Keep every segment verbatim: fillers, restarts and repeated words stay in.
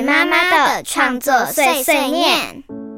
妈妈的创作碎碎念。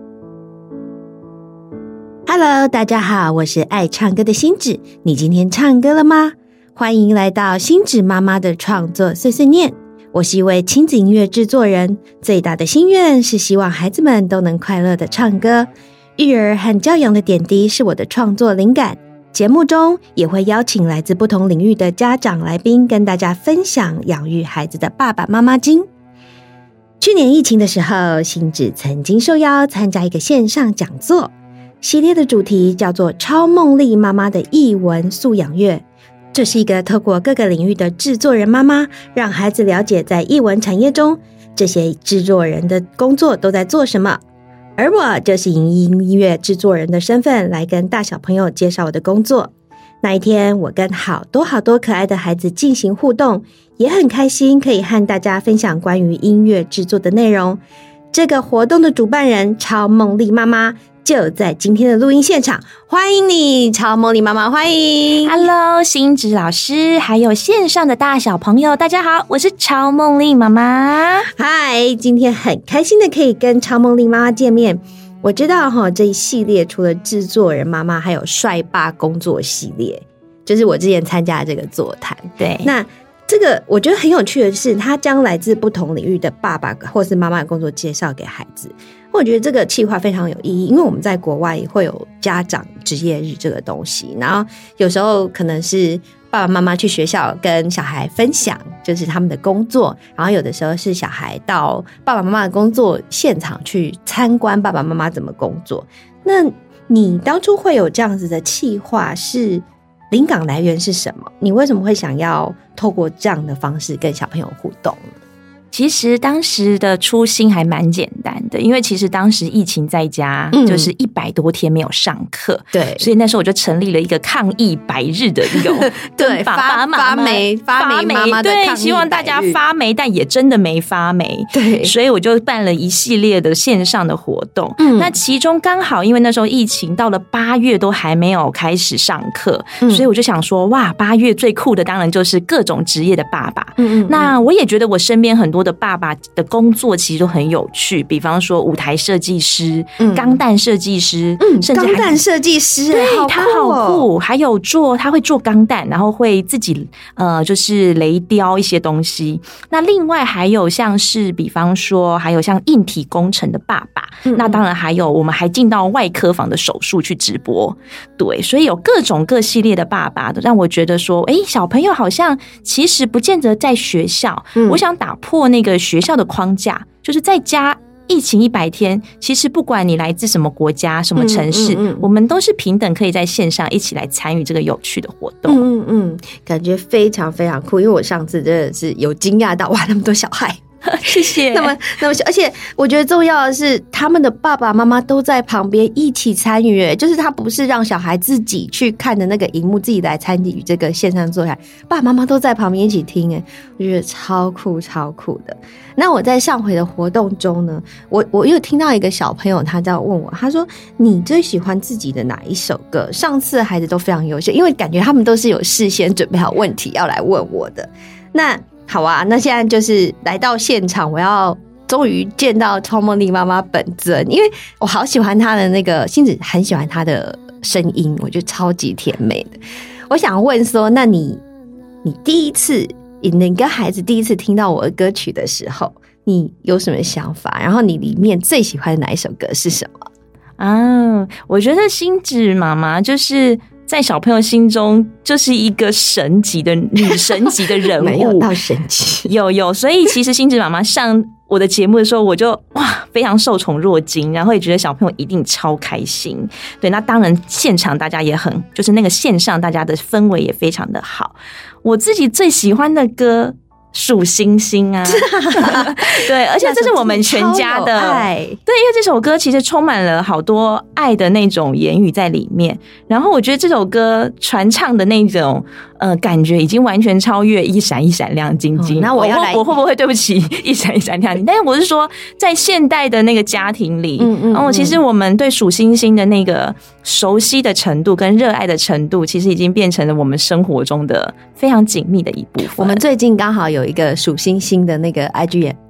Hello， 大家好，我是爱唱歌的欣芷。你今天唱歌了吗？欢迎来到欣芷妈妈的创作碎碎念。我是一位亲子音乐制作人，最大的心愿是希望孩子们都能快乐的唱歌。育儿和教养的点滴是我的创作灵感。节目中也会邀请来自不同领域的家长来宾，跟大家分享养育孩子的爸爸妈妈经。去年疫情的时候，欣芷曾经受邀参加一个线上讲座，系列的主题叫做超梦丽妈妈的艺文素养月。这是一个透过各个领域的制作人妈妈，让孩子了解在艺文产业中这些制作人的工作都在做什么。而我就是以音乐制作人的身份来跟大小朋友介绍我的工作。那一天我跟好多好多可爱的孩子进行互动，也很开心可以和大家分享关于音乐制作的内容。这个活动的主办人超梦丽妈妈就在今天的录音现场，欢迎你，超梦丽妈妈，欢迎。 Hello， 欣芷老师还有线上的大小朋友大家好，我是超梦丽妈妈。 嗨，今天很开心的可以跟超梦丽妈妈见面。我知道齁，这一系列除了制作人妈妈还有帅爸工作系列，就是我之前参加的这个座谈。 对， 那这个我觉得很有趣的是，他将来自不同领域的爸爸或是妈妈的工作介绍给孩子。我觉得这个企划非常有意义，因为我们在国外会有家长职业日这个东西，然后有时候可能是爸爸妈妈去学校跟小孩分享就是他们的工作，然后有的时候是小孩到爸爸妈妈的工作现场去参观爸爸妈妈怎么工作。那你当初会有这样子的企划，是灵感来源是什么？你为什么会想要透过这样的方式跟小朋友互动呢？ 其实当时的初心还蛮简单的，因为其实当时疫情在家，嗯、就是一百多天没有上课， 对， 所以那时候我就成立了一个抗疫百日的一个对爸爸妈妈发霉发霉妈妈的抗疫百日， 对，希望大家发霉，但也真的没发霉， 对， 所以我就办了一系列的线上的活动。嗯，那其中刚好因为那时候疫情到了八月都还没有开始上课，嗯、所以我就想说，哇，八月最酷的当然就是各种职业的爸爸。嗯嗯，那我也觉得我身边很多的爸爸的工作其实都很有趣，比方说舞台设计师、钢弹设计师， 嗯，甚至钢弹设计师， 对， 好他好酷，还有做他会做钢弹，然后会自己呃就是雷雕一些东西。那另外还有像是比方说还有像硬体工程的爸爸，嗯、那当然还有我们还进到外科房的手术去直播，对，所以有各种各系列的爸爸的，让我觉得说，哎，小朋友好像其实不见得在学校，嗯、我想打破那个学校的框架，就是在家疫情一百天，其实不管你来自什么国家什么城市，嗯嗯嗯、我们都是平等可以在线上一起来参与这个有趣的活动。 嗯嗯嗯，感觉非常非常酷，因为我上次真的是有惊讶到，哇，那么多小孩。 谢谢。 那么，那么，而且我觉得重要的是，他们的爸爸妈妈都在旁边一起参与，就是他不是让小孩自己去看的那个荧幕，自己来参与这个线上座谈，爸爸妈妈都在旁边一起听，哎，我觉得超酷超酷的。那我在上回的活动中呢，我我又听到一个小朋友他在问我，他说：“你最喜欢自己的哪一首歌？”上次的孩子都非常优秀，因为感觉他们都是有事先准备好问题要来问我的。那好啊，那现在就是来到现场，我要终于见到超梦丽妈妈本尊，因为我好喜欢她的那个，欣芷很喜欢她的声音，我觉得超级甜美的。我想问说，那你你第一次，你跟孩子第一次听到我的歌曲的时候，你有什么想法？然后你里面最喜欢的哪一首歌是什么？ 啊，我觉得欣芷妈妈就是在小朋友心中就是一个神级的女神级的人物， 没有到神级， 有有，所以其实欣芷妈妈上我的节目的时候，我就哇非常受宠若惊，然后也觉得小朋友一定超开心。对，那当然现场大家也很，就是那个线上大家的氛围也非常的好。我自己最喜欢的歌数星星啊对，而且这是我们全家的爱，对，因为这首歌其实充满了好多爱的那种言语在里面，然后我觉得这首歌传唱的那种呃感觉已经完全超越一闪一闪亮晶晶、哦、 那我要来我, 我会不会对不起一闪一闪亮晶晶，但是我是说在现代的那个家庭里，嗯嗯，然后其实我们对数星星的那个熟悉的程度跟热爱的程度，其实已经变成了我们生活中的非常紧密的一部分。 我们最近刚好有一个数星星的那个 I G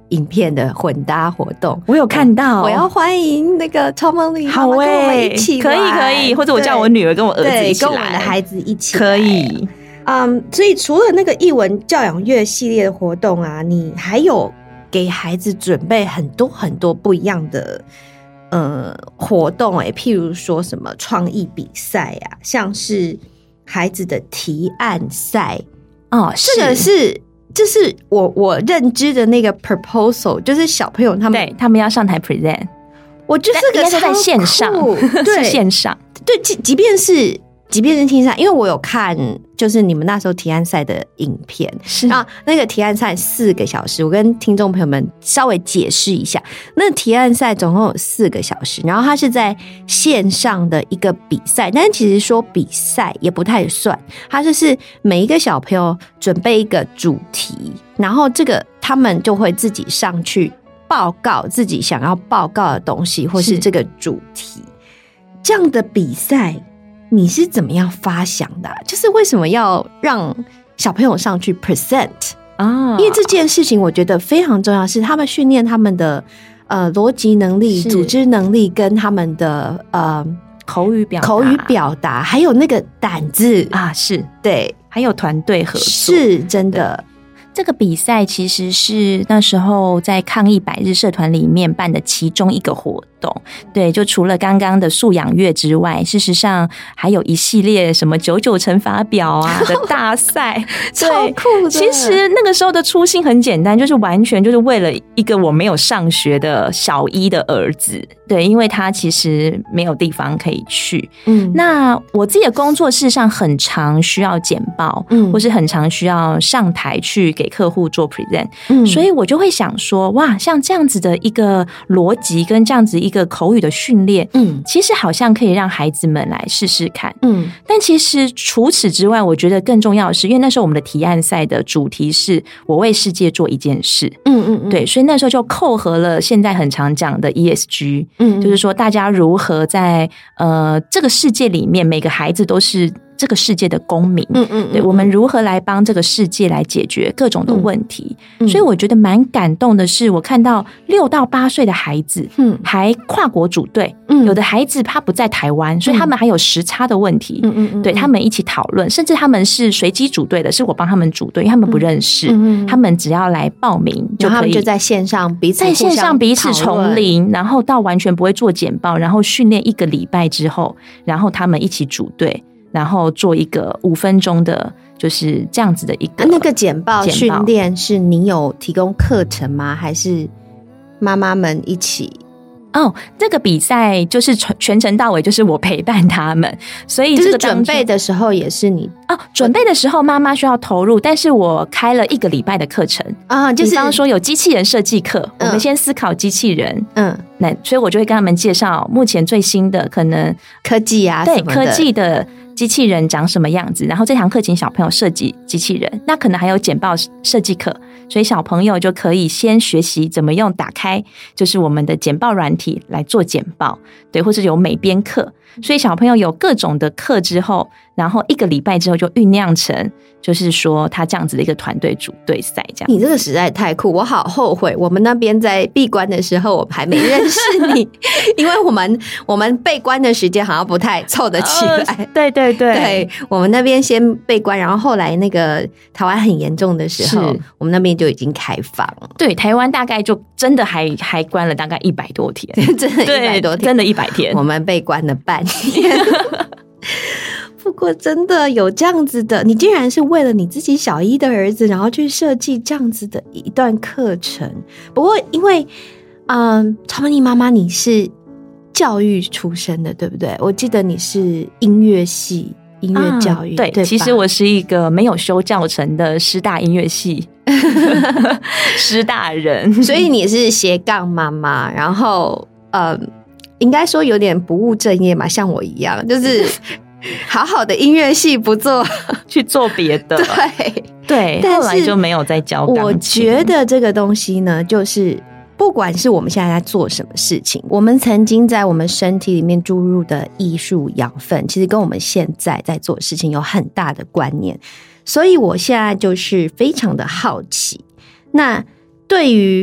影片的混搭活动， 我有看到。 我要欢迎那个超梦丽好妈妈跟我们一起可以可以，或者我叫我女儿跟我儿子一起来， 跟我们的孩子一起可以。 嗯，所以除了那个艺文教养乐系列的活动啊，你还有给孩子准备很多很多不一样的呃活动哎、欸，譬如说什么创意比赛啊，像是孩子的提案赛哦， 这个是这是我我认知的那个 proposal， 就是小朋友他们对他们要上台 present， 我觉得这个应该是在线上， 对， 是线上， 对，即即便是。即便是听上，因为我有看，就是你们那时候提案赛的影片， 是啊，那个提案赛四个小时，我跟听众朋友们稍微解释一下，那提案赛总共有四个小时，然后它是在线上的一个比赛，但其实说比赛也不太算，它就是每一个小朋友准备一个主题，然后这个他们就会自己上去报告自己想要报告的东西，或是这个主题，这样的比赛。你是怎么样发想的、啊？就是为什么要让小朋友上去 present 啊？因为这件事情我觉得非常重要，是他们训练他们的呃逻辑能力、组织能力跟他们的呃口语表达口语表达，还有那个胆子啊，是对， 还有团队合作， 是真的。 这个比赛其实是那时候在抗疫百日社团里面办的其中一个活动，对，就除了刚刚的素养乐之外，事实上还有一系列什么九九乘法表啊的大赛， 超酷的。 其实那个时候的初心很简单，就是完全就是为了一个我没有上学的小一的儿子，对，因为他其实没有地方可以去。嗯，那我自己的工作事实上很常需要简报，嗯，或是很常需要上台去给客户做 present，嗯，所以我就会想说，哇，像这样子的一个逻辑跟这样子一个口语的训练，嗯，其实好像可以让孩子们来试试看，嗯，但其实除此之外，我觉得更重要的是，因为那时候我们的提案赛的主题是我为世界做一件事，嗯嗯嗯，对，所以那时候就扣合了现在很常讲的 E S G，嗯，就是说大家如何在呃这个世界里面，每个孩子都是这个世界的公民，嗯嗯，对，我们如何来帮这个世界来解决各种的问题，嗯，所以我觉得蛮感动的是，我看到六到八岁的孩子，嗯，还跨国组队，嗯，有的孩子他不在台湾，所以他们还有时差的问题，嗯嗯嗯，对，他们一起讨论，甚至他们是随机组队的，是我帮他们组队，因为他们不认识，嗯嗯，他们只要来报名就可以， 他们就在线上彼此在线上彼此重临，然后到完全不会做简报，然后训练一个礼拜之后，然后他们一起组队。然后做一个五分钟的，就是这样子的一个、 啊、那个简报训练，是你有提供课程吗？还是妈妈们一起？ 哦，这个比赛就是全程到尾就是我陪伴他们，所以这个准备的时候也是你哦。准备的时候妈妈需要投入，但是我开了一个礼拜的课程啊，就是比方说有机器人设计课，嗯，我们先思考机器人，嗯，那所以我就会跟他们介绍目前最新的可能科技啊， 对科技的。机器人长什么样子？然后这堂课请小朋友设计机器人，那可能还有简报设计课，所以小朋友就可以先学习怎么用打开，就是我们的简报软体来做简报，对，或是有美编课，所以小朋友有各种的课之后，然后一个礼拜之后就酝酿成，就是说他这样子的一个团队组队赛这样。 你这个实在太酷，我好后悔，我们那边在闭关的时候，我还没认识你，因为我们我们闭关的时间好像不太凑得起来。 呃、对对对， 对，我们那边先闭关，然后后来那个台湾很严重的时候，我们那边就已经开放了。 对，台湾大概就真的还还关了大概一百多天， 真的一百多天， 真的一百天， 我们被关了半年。不过真的有这样子的，你竟然是为了你自己小一的儿子，然后去设计这样子的一段课程。不过因为，嗯，超梦妮妈妈你是教育出身的，对不对？我记得你是音乐系。音乐教育、 啊、对, 对，其实我是一个没有修教程的师大音乐系师大人， 所以你是斜杠妈妈，然后呃，应该说有点不务正业嘛，像我一样，就是好好的音乐系不做， 去做别的， 对对，后来就没有再教钢琴。 我觉得这个东西呢，就是不管是我们现在在做什么事情，我们曾经在我们身体里面注入的艺术养分，其实跟我们现在在做的事情有很大的关联。所以我现在就是非常的好奇，那对于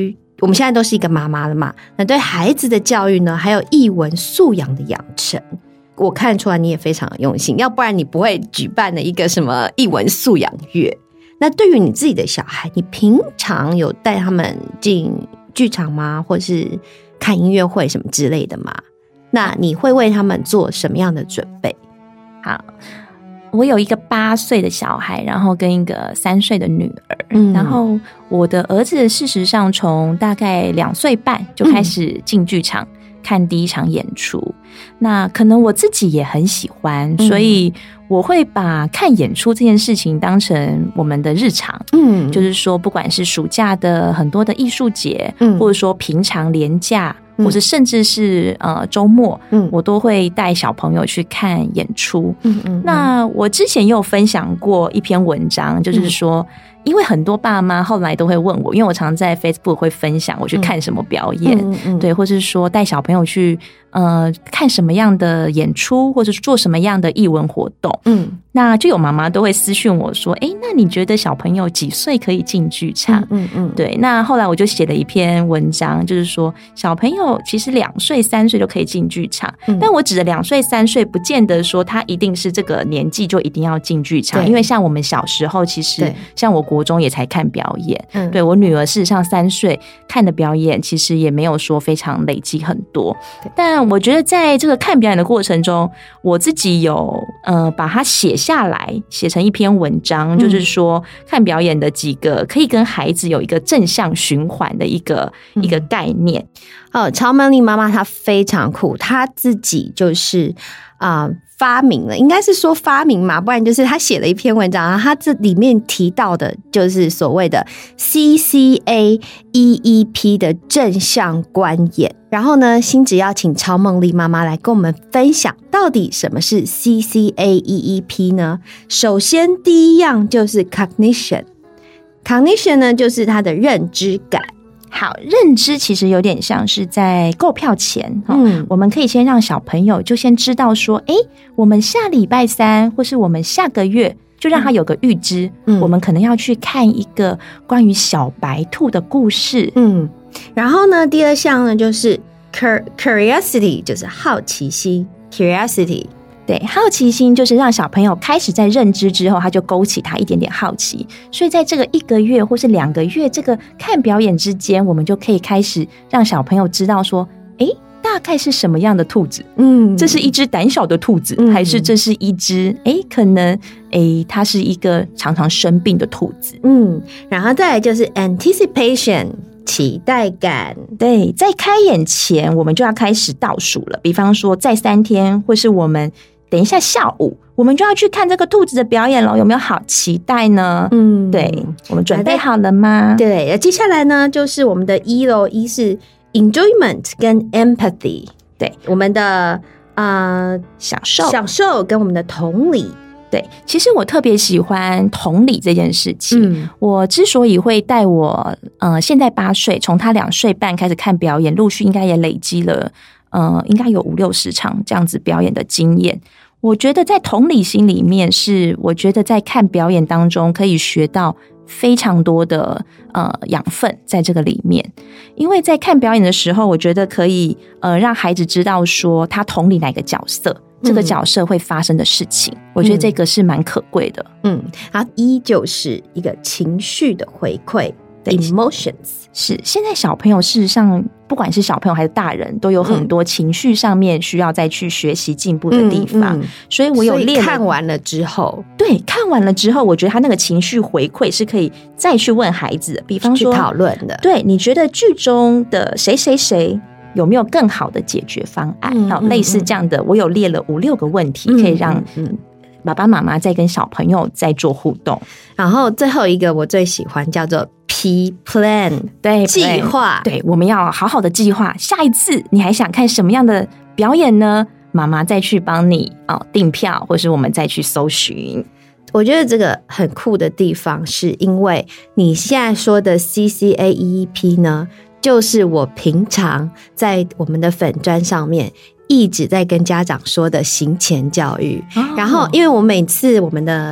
我们现在都是一个妈妈了嘛，那对孩子的教育呢，还有艺文素养的养成，我看出来你也非常用心，要不然你不会举办了一个什么艺文素养月。那对于你自己的小孩，你平常有带他们进剧场吗？或是看音乐会什么之类的吗？那你会为他们做什么样的准备？ 好，我有一个八岁的小孩，然后跟一个三岁的女儿、嗯、然后我的儿子事实上从大概两岁半就开始进剧场、嗯、看第一场演出，那可能我自己也很喜欢、嗯、所以我会把看演出这件事情当成我们的日常，嗯，就是说不管是暑假的很多的艺术节、嗯、或者说平常连假，或者甚至是呃周末、嗯，我都会带小朋友去看演出。嗯 嗯, 嗯，那我之前也有分享过一篇文章，就是说、嗯，因为很多爸妈后来都会问我，因为我常在 Facebook 会分享我去看什么表演，嗯嗯嗯、对，或是说带小朋友去呃看什么样的演出，或者是做什么样的艺文活动。嗯，那就有妈妈都会私讯我说，哎，那你觉得小朋友几岁可以进剧场？嗯 嗯, 嗯，对。那后来我就写了一篇文章，就是说小朋友其实两岁三岁就可以进剧场、嗯、但我指的两岁三岁不见得说他一定是这个年纪就一定要进剧场，因为像我们小时候其实像我国中也才看表演、嗯、对，我女儿事实上三岁看的表演其实也没有说非常累积很多，但我觉得在这个看表演的过程中，我自己有呃把它写下来，写成一篇文章、嗯、就是说看表演的几个可以跟孩子有一个正向循环的一个、嗯、一个概念。 哦，超梦丽妈妈她非常酷，她自己就是啊、呃、发明了，应该是说发明嘛，不然就是她写了一篇文章，然后她这里面提到的就是所谓的 C C A E E P 的正向观演。然后呢，欣芷要请超梦丽妈妈来跟我们分享到底什么是 C C A E E P 呢？首先第一样就是 cognition， cognition 呢就是她的认知感。 好，认知其实有点像是在购票前、嗯、我们可以先让小朋友就先知道说，诶，我们下礼拜三或是我们下个月就让他有个预知、嗯、我们可能要去看一个关于小白兔的故事。嗯， 然后呢，第二项呢就是 curiosity， 就是好奇心 curiosity。 对，好奇心就是让小朋友开始在认知之后，他就勾起他一点点好奇，所以在这个一个月或是两个月这个看表演之间，我们就可以开始让小朋友知道说，诶，大概是什么样的兔子？嗯，这是一只胆小的兔子，嗯、还是这是一只诶可能诶它是一个常常生病的兔子？ 嗯，然后再来就是 anticipation。期待感。 对，在开演前我们就要开始倒数了，比方说在三天或是我们等一下下午我们就要去看这个兔子的表演了，有没有好期待呢？嗯，对，我们准备好了吗？ 对，接下来呢就是我们的一咯，一是 enjoyment 跟 empathy， 对，我们的呃享受享受跟我们的同理。 对，其实我特别喜欢同理这件事情。嗯、我之所以会带我呃现在八岁，从他两岁半开始看表演，陆续应该也累积了呃应该有五六十场这样子表演的经验。我觉得在同理心里面是，我觉得在看表演当中可以学到非常多的呃养分在这个里面，因为在看表演的时候，我觉得可以呃让孩子知道说他同理哪个角色。这个角色会发生的事情、嗯、我觉得这个是蛮可贵的。 嗯，然后一就是一个情绪的回馈 emotions， 是现在小朋友事实上不管是小朋友还是大人都有很多情绪上面需要再去学习进步的地方、嗯嗯、所以我有练看完了之后， 对，看完了之后我觉得他那个情绪回馈是可以再去问孩子的，比方说去讨论的， 对，你觉得剧中的谁谁谁有没有更好的解决方案、嗯嗯、类似这样的，我有列了五六个问题、嗯、可以让嗯爸爸妈妈在跟小朋友在做互动。 然后最后一个我最喜欢叫做 P plan， 对，计划， 对，我们要好好的计划下一次你还想看什么样的表演呢，妈妈再去帮你、哦、订票，或是我们再去搜寻。 我觉得这个很酷的地方是因为你现在说的 C C A E E P 呢，就是我平常在我们的粉专上面一直在跟家长说的行前教育、哦、然后因为我每次我们的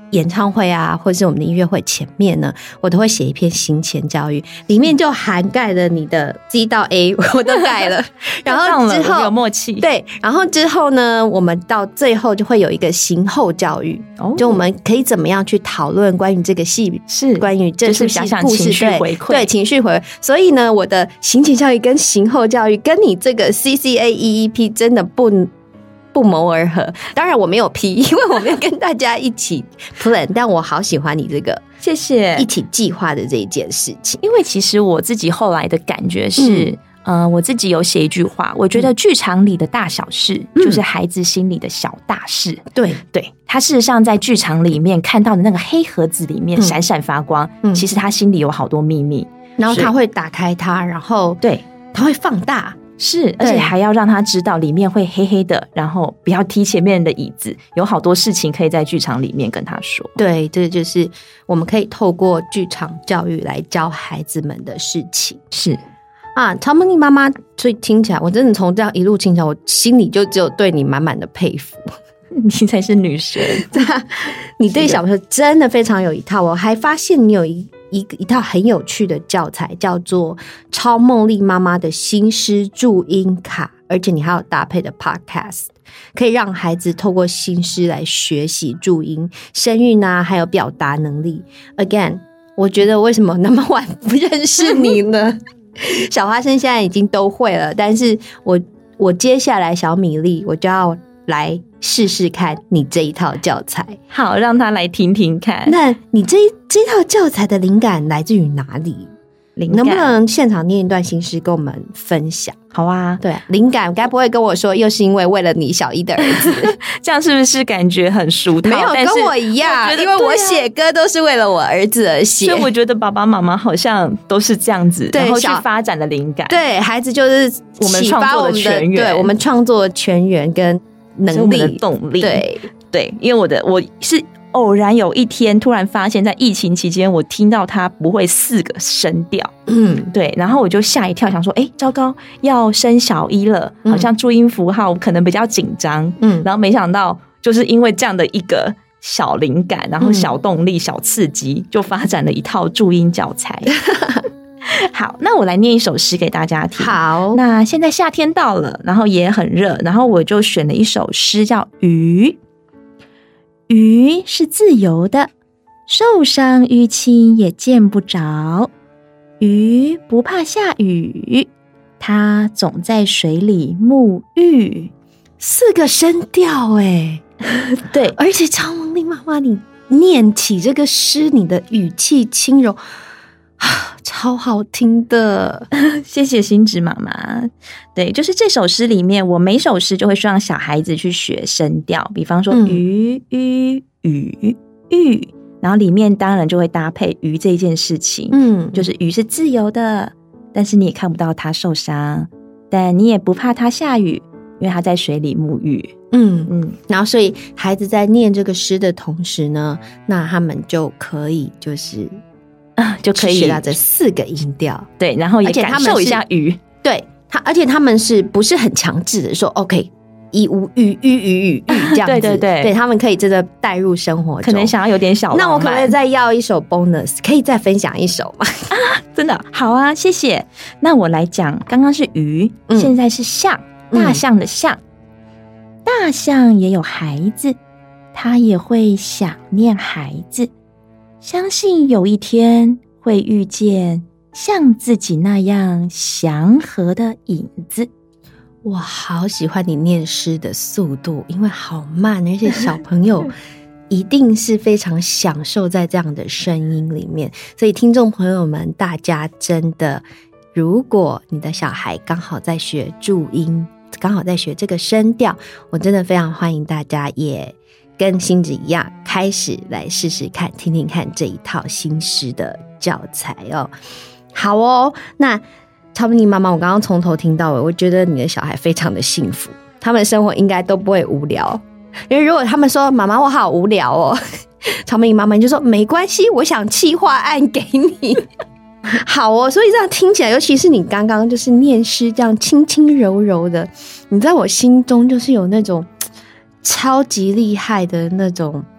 演唱会啊，或是我们的音乐会前面呢，我都会写一篇行前教育，里面就涵盖了你的 C 到 A 我都改了然后之后有默契， 对，然后之后呢，我们到最后就会有一个行后教育、哦、就我们可以怎么样去讨论关于这个戏， 是关于这出戏故事， 情绪回馈， 对情绪回馈。所以呢，我的行前教育跟行后教育跟你这个 C C A E E P 真的不不谋而合。当然我没有 P， 因为我没有跟大家一起 plan， 但我好喜欢你这个谢谢一起计划的这一件事情。 因为其实我自己后来的感觉是、嗯呃、我自己有写一句话，我觉得剧场里的大小事、嗯、就是孩子心里的小大事。对对，他事实上在剧场里面看到的那个黑盒子里面闪闪发光、嗯、其实他心里有好多秘密， 然后他会打开它，然后对他会放大， 是，而且还要让他知道里面会黑黑的，然后不要踢前面的椅子，有好多事情可以在剧场里面跟他说。 对，这就是我们可以透过剧场教育来教孩子们的事情。 是啊，超梦妮妈妈，所以听起来我真的从这样一路听起来，我心里就只有对你满满的佩服。 你才是女神你对小朋友真的非常有一套。我还发现你有一一一套很有趣的教材，叫做超梦丽妈妈的新诗注音卡，而且你还有搭配的 podcast， 可以让孩子透过新诗来学习注音、声韵啊，还有表达能力。 Again， 我觉得为什么那么晚不认识你呢？小花生现在已经都会了，但是我我接下来小米粒我就要来试试看你这一套教材。 好，让他来听听看。 那你这这套教材的灵感来自于哪里？灵感能不能现场念一段新诗跟我们分享？ 好啊， 对，灵感该不会跟我说又是因为为了你小一的儿子这样是不是感觉很俗套？ 没有，跟我一样，因为我写歌都是为了我儿子而写， 所以我觉得爸爸妈妈好像都是这样子，然后去发展的灵感。 对，孩子就是我们创作的泉源， 对，我们创作的泉源跟能力的动力。 对对，因为我的我是偶然有一天突然发现在疫情期间我听到他不会四个声调，嗯，对，然后我就吓一跳，想说哎，糟糕，要升小一了，好像注音符号可能比较紧张，嗯，然后没想到就是因为这样的一个小灵感，然后小动力、嗯、小刺激，就发展了一套注音教材好，那我来念一首诗给大家听。 好， 那现在夏天到了，然后也很热，然后我就选了一首诗叫鱼。鱼是自由的，受伤淤青也见不着。鱼不怕下雨，它总在水里沐浴。 四个声调耶对，而且超梦丽妈妈你念起这个诗，你的语气轻柔超好听的谢谢心芷妈妈。对，就是这首诗里面，我每首诗就会让小孩子去学声调，比方说鱼、鱼、雨、玉，然后里面当然就会搭配鱼这一件事情。嗯，就是鱼是自由的，但是你也看不到它受伤，但你也不怕它下雨，因为它在水里沐浴。 嗯嗯，然后所以孩子在念这个诗的同时呢，那他们就可以就是就可以学到这四个音调， 对，然后也感受一下鱼。 对，他而且他们是不是很强制的说 OK 以无语语语语语这样子？对对对，对他们可以真的带入生活中， 可能想要有点小浪漫。 那我可不可以再要一首 bonus？ 可以再分享一首吗？ 啊，真的好啊，谢谢。那我来讲，刚刚是鱼，嗯、现在是象，大象的象。嗯、大象也有孩子，它也会想念孩子。相信有一天会遇见像自己那样祥和的影子。 我好喜欢你念诗的速度，因为好慢，而且小朋友一定是非常享受在这样的声音里面。所以听众朋友们，大家真的，如果你的小孩刚好在学注音，刚好在学这个声调，我真的非常欢迎大家也跟心芷一样开始来试试看，听听看这一套新诗的教材哦。好哦，那超梦丽妈妈，我刚刚从头听到尾，我觉得你的小孩非常的幸福，他们的生活应该都不会无聊。因为如果他们说妈妈我好无聊哦，超梦丽妈妈就说没关系，我想企划案给你好哦，所以这样听起来，尤其是你刚刚就是念诗这样轻轻柔柔的，你在我心中就是有那种超级厉害的那种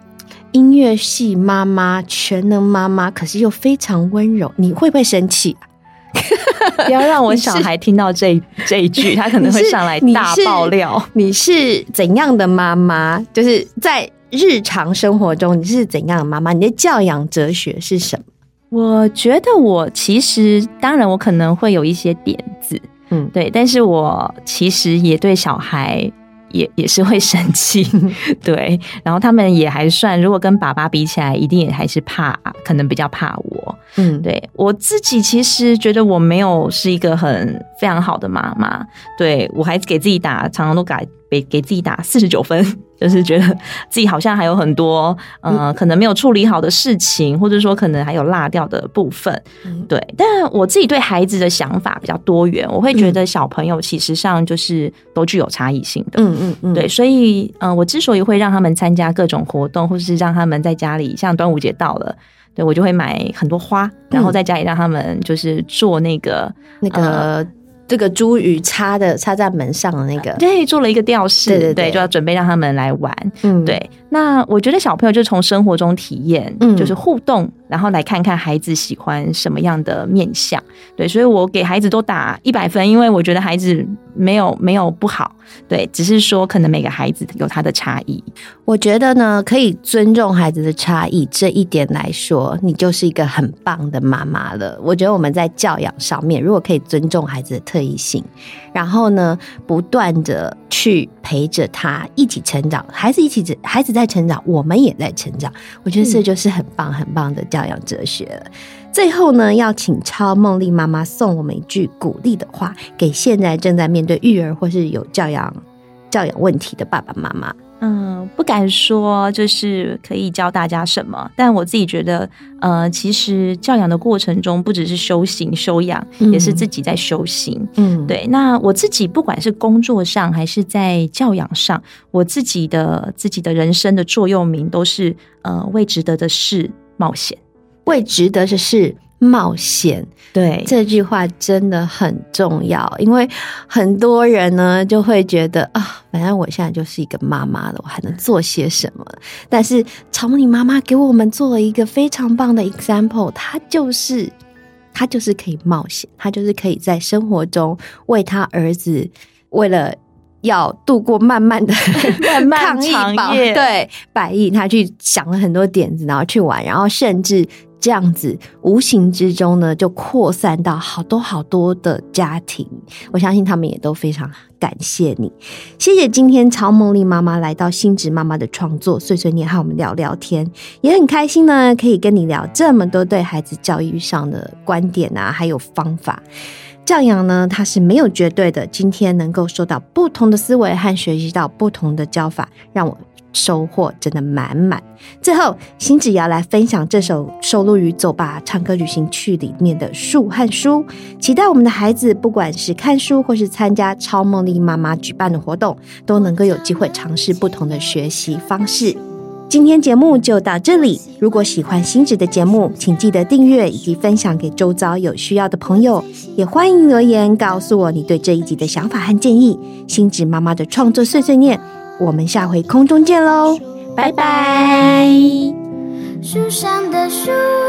音乐系妈妈、全能妈妈，可是又非常温柔，你会不会生气啊？ 不要让我小孩听到这这一句，他可能会上来大爆料。 你是, 你是怎样的妈妈？就是在日常生活中，你是怎样的妈妈？你的教养哲学是什么？ 我觉得我其实，当然我可能会有一些点子，嗯，对，但是我其实也对小孩。也也是会生气，对，然后他们也还算，如果跟爸爸比起来，一定也还是怕，可能比较怕我，嗯，对，我自己其实觉得我没有是一个很非常好的妈妈，对，我还给自己打，常常都给给给自己打四十九分，就是觉得自己好像还有很多呃可能没有处理好的事情，或者说可能还有落掉的部分，对，但我自己对孩子的想法比较多元，我会觉得小朋友其实上就是都具有差异性的，嗯嗯嗯，对，所以呃我之所以会让他们参加各种活动，或是让他们在家里，像端午节到了。对，我就会买很多花，然后在家里让他们就是做那个那个、呃、这个珠语插的插在门上的那个， 对，做了一个吊饰，对对 对, 对，就要准备让他们来玩。嗯，对。那我觉得小朋友就从生活中体验，嗯，就是互动，然后来看看孩子喜欢什么样的面向。对，所以我给孩子都打一百分，因为我觉得孩子没有没有不好，对，只是说可能每个孩子有他的差异。 我觉得呢，可以尊重孩子的差异这一点来说，你就是一个很棒的妈妈了。我觉得我们在教养上面，如果可以尊重孩子的特异性，然后呢，不断的去陪着他一起成长，孩子一起孩子在成长，我们也在成长，我觉得这就是很棒很棒的教养哲学了。最后呢，要请超梦丽妈妈送我们一句鼓励的话，给现在正在面对育儿或是有教养教养问题的爸爸妈妈。 嗯，不敢说就是可以教大家什么，但我自己觉得，呃，其实教养的过程中，不只是修行修养，嗯，也是自己在修行。嗯，对。那我自己不管是工作上还是在教养上，我自己的自己的人生的座右铭都是，呃，为值得的事冒险， 为值得的事冒险。 对， 这句话真的很重要，因为很多人呢就会觉得啊，反正我现在就是一个妈妈了，我还能做些什么？但是超梦丽妈妈给我们做了一个非常棒的 example， 她就是她就是可以冒险，她就是可以在生活中为她儿子为了要度过漫漫的漫漫长夜， 对，百亿，他去想了很多点子，然后去玩，然后甚至这样子无形之中呢，就扩散到好多好多的家庭。我相信他们也都非常感谢你，谢谢今天超梦丽妈妈来到新职妈妈的创作碎碎念和我们聊聊天，也很开心呢，可以跟你聊这么多对孩子教育上的观点啊，还有方法。教养呢，它是没有绝对的，今天能够收到不同的思维和学习到不同的教法，让我收获真的满满。最后欣芷也要来分享这首收录于《走吧唱歌旅行去》里面的树和书，期待我们的孩子不管是看书或是参加超梦丽妈妈举办的活动，都能够有机会尝试不同的学习方式。今天节目就到这里，如果喜欢欣芷的节目，请记得订阅以及分享给周遭有需要的朋友，也欢迎留言告诉我你对这一集的想法和建议。欣芷妈妈的创作碎碎念，我们下回空中见咯，拜拜。 树上的树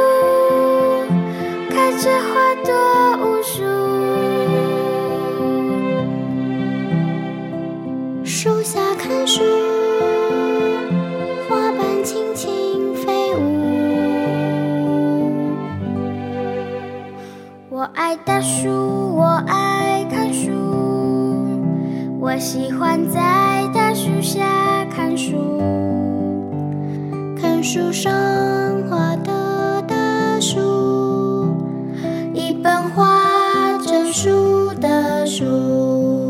开着花朵无数，树下看书，花瓣轻轻飞舞。我爱大树，我爱看书，我喜欢在大树下看书，看树上画的大树，一本画着树的书。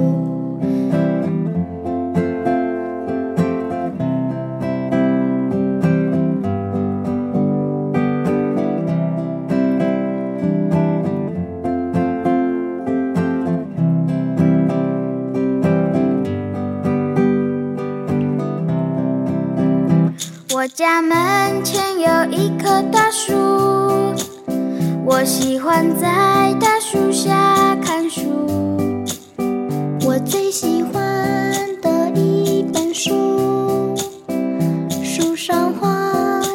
我家门前有一棵大树，我喜欢在大树下看书，我最喜欢的一本书，树上画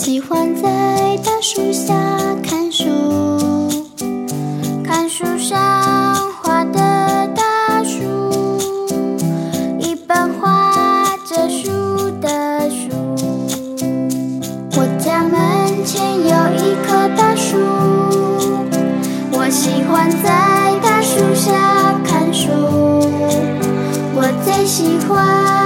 喜欢在大树下看书，看树上画的大树，一本画着树的书。我家门前有一棵大树，我喜欢在大树下看书，我最喜欢